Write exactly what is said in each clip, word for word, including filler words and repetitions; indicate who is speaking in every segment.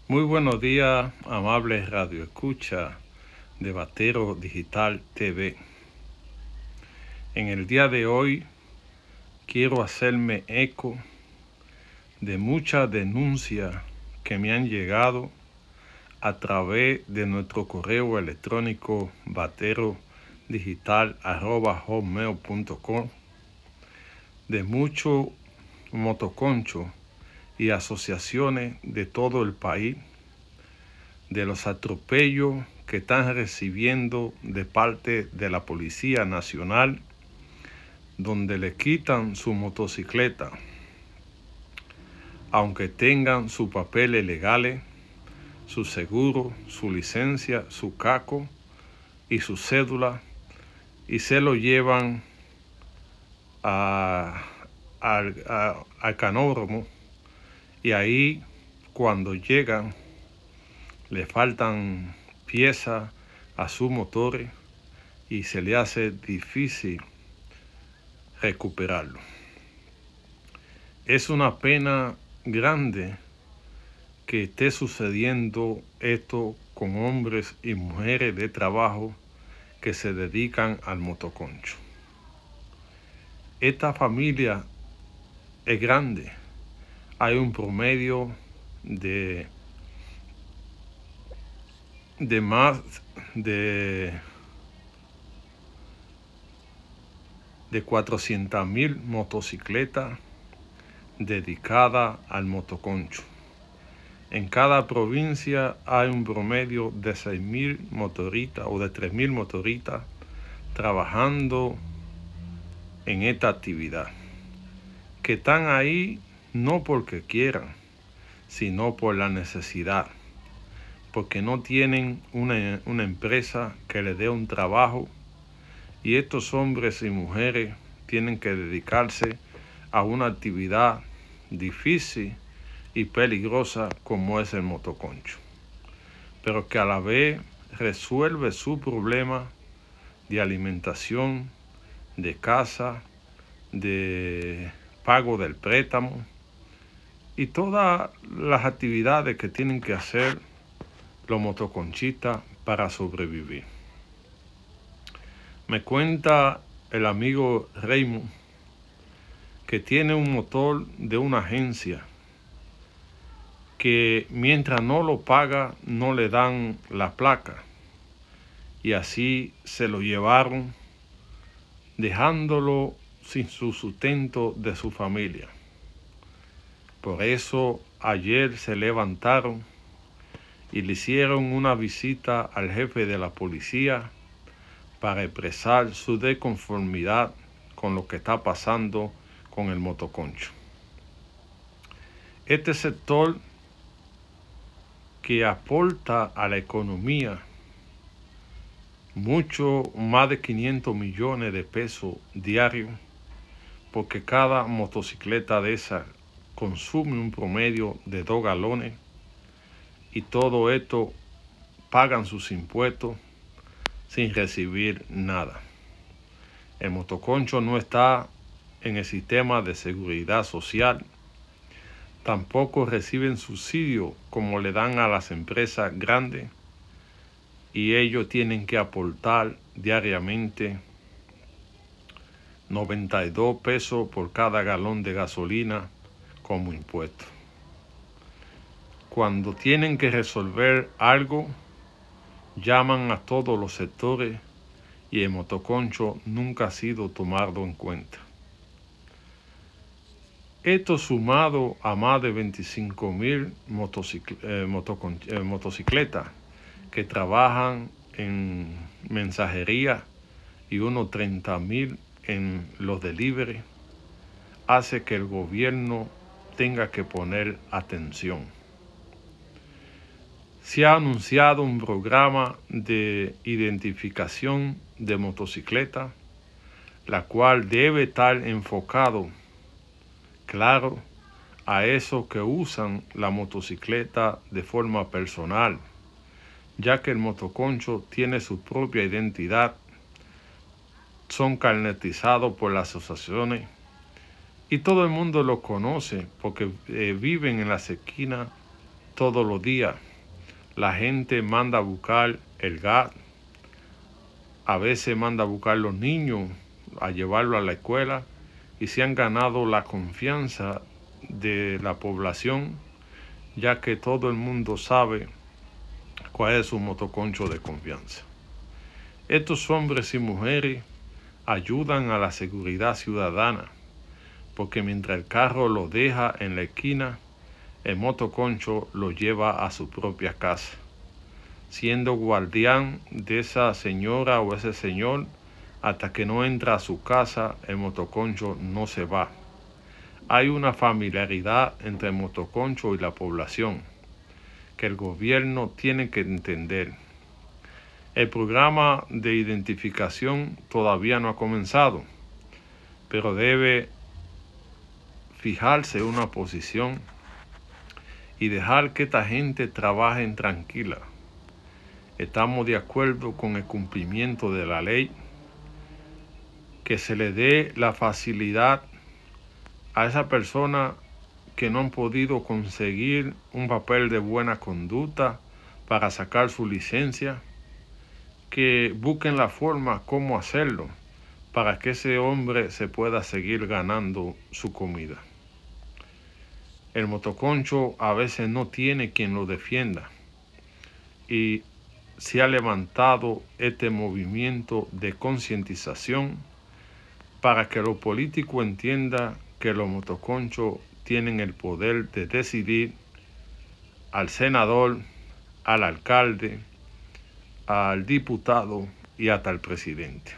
Speaker 1: Muy buenos días, amables Radio Escucha de Batero Digital T V. En el día de hoy quiero hacerme eco de muchas denuncias que me han llegado a través de nuestro correo electrónico baterodigital arroba hotmail punto com de muchos motoconchos y asociaciones de todo el país, de los atropellos que están recibiendo de parte de la Policía Nacional, donde le quitan su motocicleta, aunque tengan sus papeles legales, su seguro, su licencia, su caco y su cédula, y se lo llevan a, a, a, al canódromo, y ahí cuando llegan le faltan piezas a sus motores y se le hace difícil recuperarlo. Es una pena grande que esté sucediendo esto con hombres y mujeres de trabajo que se dedican al motoconcho. Esta familia es grande. Hay un promedio de, de más de, de cuatrocientas mil motocicletas dedicadas al motoconcho. En cada provincia hay un promedio de seis mil motoristas o de tres mil motoristas trabajando en esta actividad, que están ahí no porque quieran, sino por la necesidad, porque no tienen una, una empresa que les dé un trabajo, y estos hombres y mujeres tienen que dedicarse a una actividad difícil y peligrosa como es el motoconcho, pero que a la vez resuelve su problema de alimentación, de casa, de pago del préstamo y todas las actividades que tienen que hacer los motoconchistas para sobrevivir. Me cuenta el amigo Raymond que tiene un motor de una agencia que mientras no lo paga no le dan la placa, y así se lo llevaron dejándolo sin su sustento de su familia. Por eso ayer se levantaron y le hicieron una visita al jefe de la policía para expresar su desconformidad con lo que está pasando con el motoconcho. Este sector que aporta a la economía mucho más de quinientos millones de pesos diarios, porque cada motocicleta de esa consume un promedio de dos galones, y todo esto pagan sus impuestos sin recibir nada. El motoconcho no está en el sistema de seguridad social, tampoco reciben subsidio como le dan a las empresas grandes, y ellos tienen que aportar diariamente noventa y dos pesos por cada galón de gasolina como impuesto. Cuando tienen que resolver algo, llaman a todos los sectores y el motoconcho nunca ha sido tomado en cuenta. Esto sumado a más de veinticinco mil motocicle- eh, motocon- eh, motocicletas que trabajan en mensajería y unos treinta mil en los delivery, hace que el gobierno tenga que poner atención. Se ha anunciado un programa de identificación de motocicletas, la cual debe estar enfocado, claro, a esos que usan la motocicleta de forma personal, ya que el motoconcho tiene su propia identidad, son carnetizados por las asociaciones y todo el mundo los conoce porque eh, viven en las esquinas todos los días. La gente manda a buscar el gas, a veces manda a buscar los niños, a llevarlo a la escuela, y se han ganado la confianza de la población, ya que todo el mundo sabe cuál es su motoconcho de confianza. Estos hombres y mujeres ayudan a la seguridad ciudadana, porque mientras el carro lo deja en la esquina, el motoconcho lo lleva a su propia casa, siendo guardián de esa señora o ese señor. Hasta que no entra a su casa, el motoconcho no se va. Hay una familiaridad entre el motoconcho y la población que el gobierno tiene que entender. El programa de identificación todavía no ha comenzado, pero debe fijarse una posición y dejar que esta gente trabaje tranquila. Estamos de acuerdo con el cumplimiento de la ley, que se le dé la facilidad a esa persona que no han podido conseguir un papel de buena conducta para sacar su licencia, que busquen la forma cómo hacerlo para que ese hombre se pueda seguir ganando su comida. El motoconcho a veces no tiene quien lo defienda, y se ha levantado este movimiento de concientización para que los políticos entiendan que los motoconchos tienen el poder de decidir al senador, al alcalde, al diputado y hasta al presidente.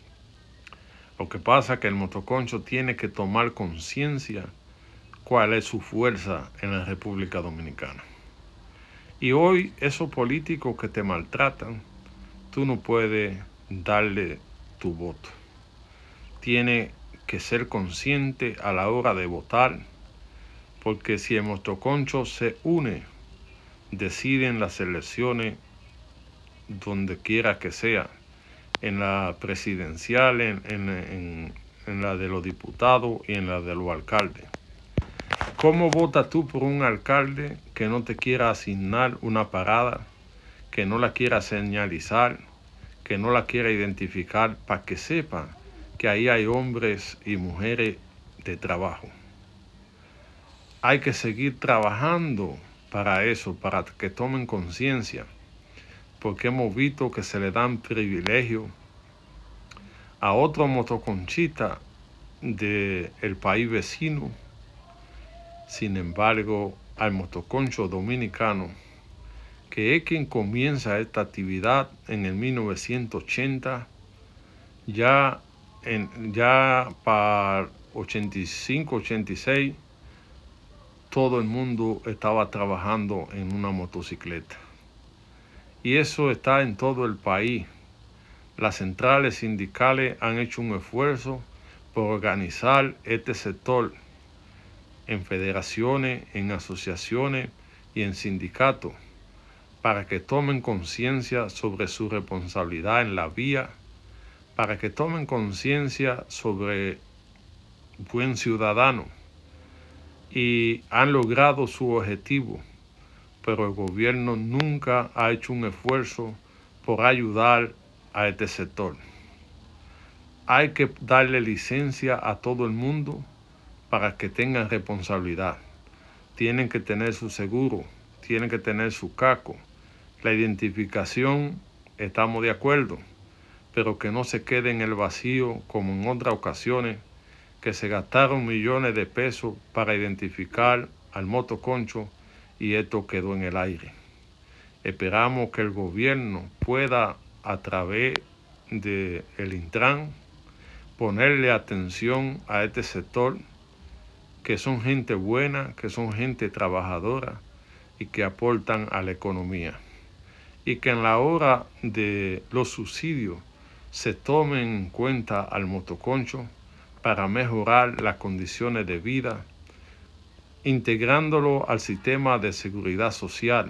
Speaker 1: Lo que pasa es que el motoconcho tiene que tomar conciencia cuál es su fuerza en la República Dominicana. Y hoy esos políticos que te maltratan, tú no puedes darle tu voto. Tiene que ser consciente a la hora de votar, porque si el motoconcho se une, deciden las elecciones donde quiera que sea, en la presidencial, en, en, en, en la de los diputados y en la de los alcaldes. ¿Cómo votas tú por un alcalde que no te quiera asignar una parada, que no la quiera señalizar, que no la quiera identificar, para que sepa que ahí hay hombres y mujeres de trabajo? Hay que seguir trabajando para eso, para que tomen conciencia, porque hemos visto que se le dan privilegios a otros motoconchistas del país vecino. Sin embargo, al motoconcho dominicano, que es quien comienza esta actividad en el mil novecientos ochenta, ya, en, ya para ochenta y cinco, ochenta y seis, todo el mundo estaba trabajando en una motocicleta. Y eso está en todo el país. Las centrales sindicales han hecho un esfuerzo por organizar este sector en federaciones, en asociaciones y en sindicatos, para que tomen conciencia sobre su responsabilidad en la vía, para que tomen conciencia sobre buen ciudadano, y han logrado su objetivo, pero el gobierno nunca ha hecho un esfuerzo por ayudar a este sector. Hay que darle licencia a todo el mundo para que tengan responsabilidad. Tienen que tener su seguro, tienen que tener su casco. La identificación, estamos de acuerdo, pero que no se quede en el vacío como en otras ocasiones, que se gastaron millones de pesos para identificar al motoconcho y esto quedó en el aire. Esperamos que el gobierno pueda, a través del Intran, ponerle atención a este sector, que son gente buena, que son gente trabajadora y que aportan a la economía. Y que en la hora de los subsidios se tomen en cuenta al motoconcho para mejorar las condiciones de vida, integrándolo al sistema de seguridad social,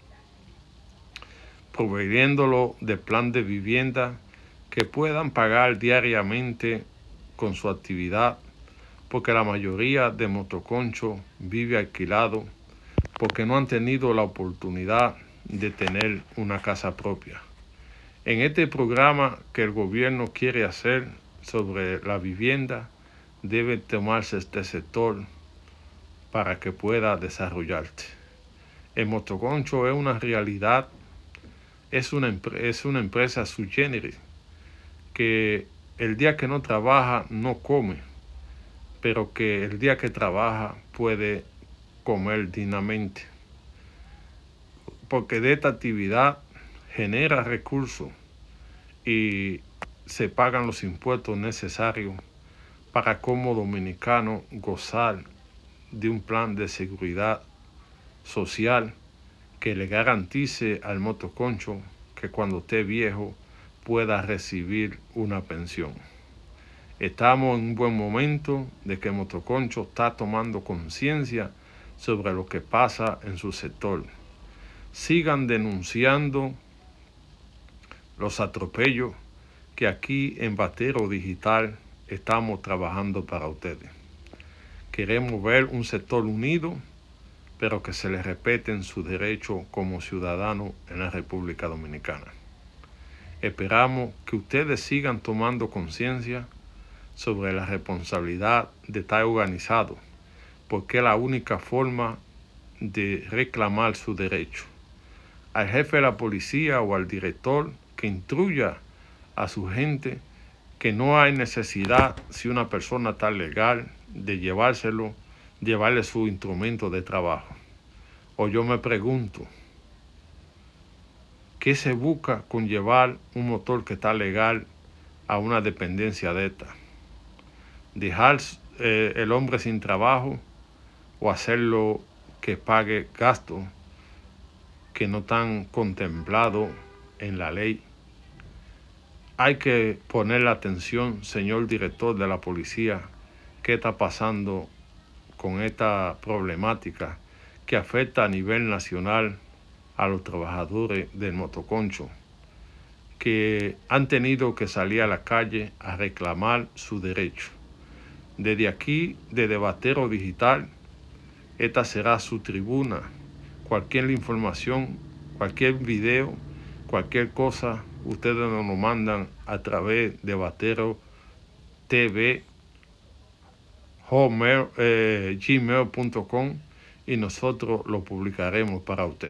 Speaker 1: proveyéndolo de plan de vivienda que puedan pagar diariamente con su actividad, porque la mayoría de motoconchos vive alquilado porque no han tenido la oportunidad de tener una casa propia. En este programa que el gobierno quiere hacer sobre la vivienda, debe tomarse este sector para que pueda desarrollarse. El motoconcho es una realidad, es una, es una empresa sui generis, que el día que no trabaja no come, pero que el día que trabaja puede comer dignamente, porque de esta actividad genera recursos y se pagan los impuestos necesarios para como dominicano gozar de un plan de seguridad social que le garantice al motoconcho que cuando esté viejo pueda recibir una pensión. Estamos en un buen momento de que el motoconcho está tomando conciencia sobre lo que pasa en su sector. Sigan denunciando los atropellos, que aquí en Batero Digital estamos trabajando para ustedes. Queremos ver un sector unido, pero que se les respeten sus derechos como ciudadanos en la República Dominicana. Esperamos que ustedes sigan tomando conciencia sobre la responsabilidad de estar organizado, porque es la única forma de reclamar su derecho. Al jefe de la policía o al director que instruya a su gente que no hay necesidad, si una persona está legal, de llevárselo, llevarle su instrumento de trabajo. O yo me pregunto, ¿qué se busca con llevar un motor que está legal a una dependencia de esta? ¿Dejar eh, el hombre sin trabajo o hacerlo que pague gastos que no están contemplados en la ley? Hay que poner la atención, señor director de la policía, qué está pasando con esta problemática que afecta a nivel nacional a los trabajadores del motoconcho, que han tenido que salir a la calle a reclamar su derecho. Desde aquí, desde Batero Digital, esta será su tribuna. Cualquier información, cualquier video, cualquier cosa, ustedes nos lo mandan a través de Batero T V, eh, gmail punto com, y nosotros lo publicaremos para usted.